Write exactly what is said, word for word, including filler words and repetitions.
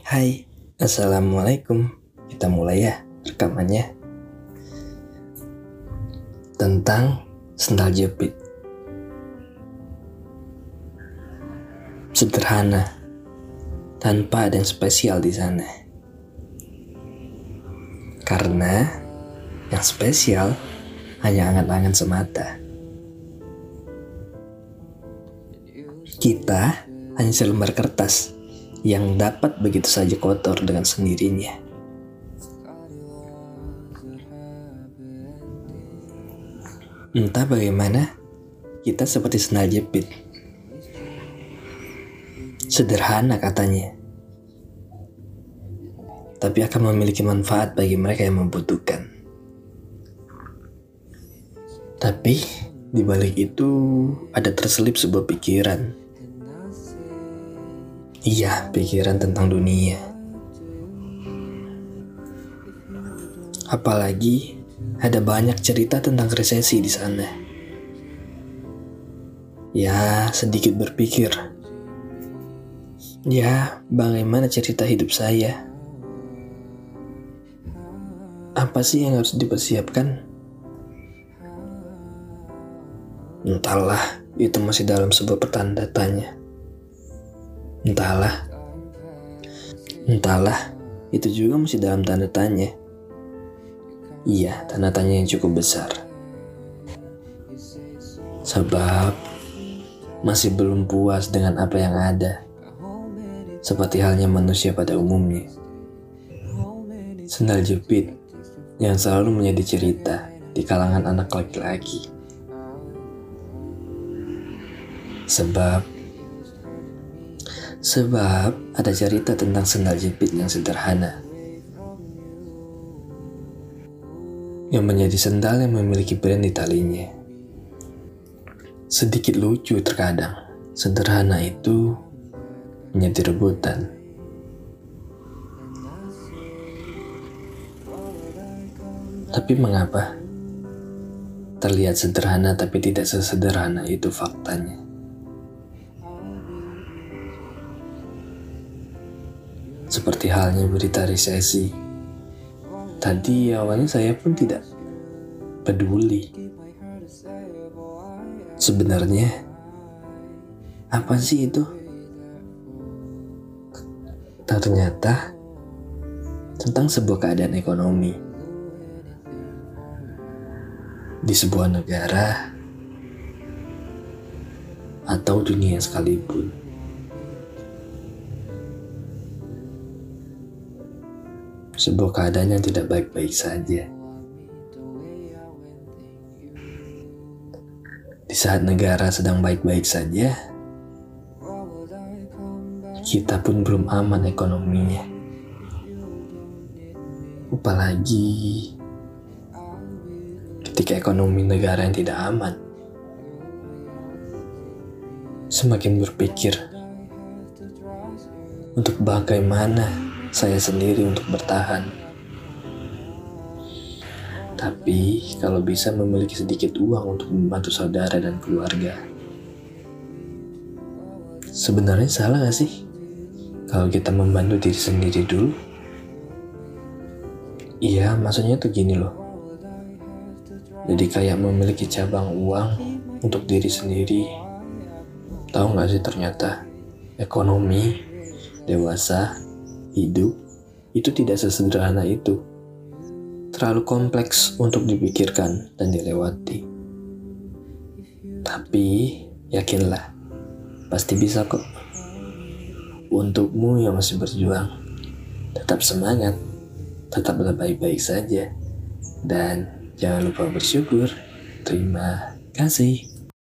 Hai, Assalamualaikum. Kita mulai ya rekamannya. Tentang sendal jepit. Sederhana, tanpa ada yang spesial di sana. Karena yang spesial hanya angan-angan semata. Kita hanya selembar kertas yang dapat begitu saja kotor dengan sendirinya. Entah bagaimana, kita seperti sendal jepit. Sederhana katanya, tapi akan memiliki manfaat bagi mereka yang membutuhkan. Tapi di balik itu ada terselip sebuah pikiran. Iya, pikiran tentang dunia. Apalagi ada banyak cerita tentang resesi di sana. Ya, sedikit berpikir. Ya, bagaimana cerita hidup saya? Apa sih yang harus dipersiapkan? Entahlah, itu masih dalam sebuah pertanda tanya. Entahlah. Entahlah, itu juga masih dalam tanda tanya. Iya, tanda tanya yang cukup besar. Sebab masih belum puas dengan apa yang ada. Seperti halnya manusia pada umumnya. Sendal jepit yang selalu menjadi cerita di kalangan anak laki-laki. Sebab Sebab ada cerita tentang sendal jepit yang sederhana, yang menjadi sendal yang memiliki brand di talinya. Sedikit lucu terkadang, sederhana itu menjadi rebutan. Tapi mengapa terlihat sederhana tapi tidak sesederhana itu faktanya? Seperti halnya berita resesi. Tadi awalnya saya pun tidak peduli. Sebenarnya, apa sih itu? Ternyata tentang sebuah keadaan ekonomi di sebuah negara atau dunia sekalipun. Sebuah keadaan yang tidak baik-baik saja. Di saat negara sedang baik-baik saja, kita pun belum aman ekonominya. Apalagi ketika ekonomi negara yang tidak aman. Semakin berpikir untuk bagaimana saya sendiri untuk bertahan. Tapi kalau bisa memiliki sedikit uang untuk membantu saudara dan keluarga. Sebenarnya salah gak sih kalau kita membantu diri sendiri dulu? Iya, maksudnya tuh gini loh. Jadi kayak memiliki cabang uang untuk diri sendiri. Tahu gak sih ternyata ekonomi dewasa hidup itu tidak sesederhana itu. Terlalu kompleks untuk dipikirkan dan dilewati. Tapi yakinlah, pasti bisa kok. Untukmu yang masih berjuang, tetap semangat, tetaplah baik-baik saja, dan jangan lupa bersyukur. Terima kasih.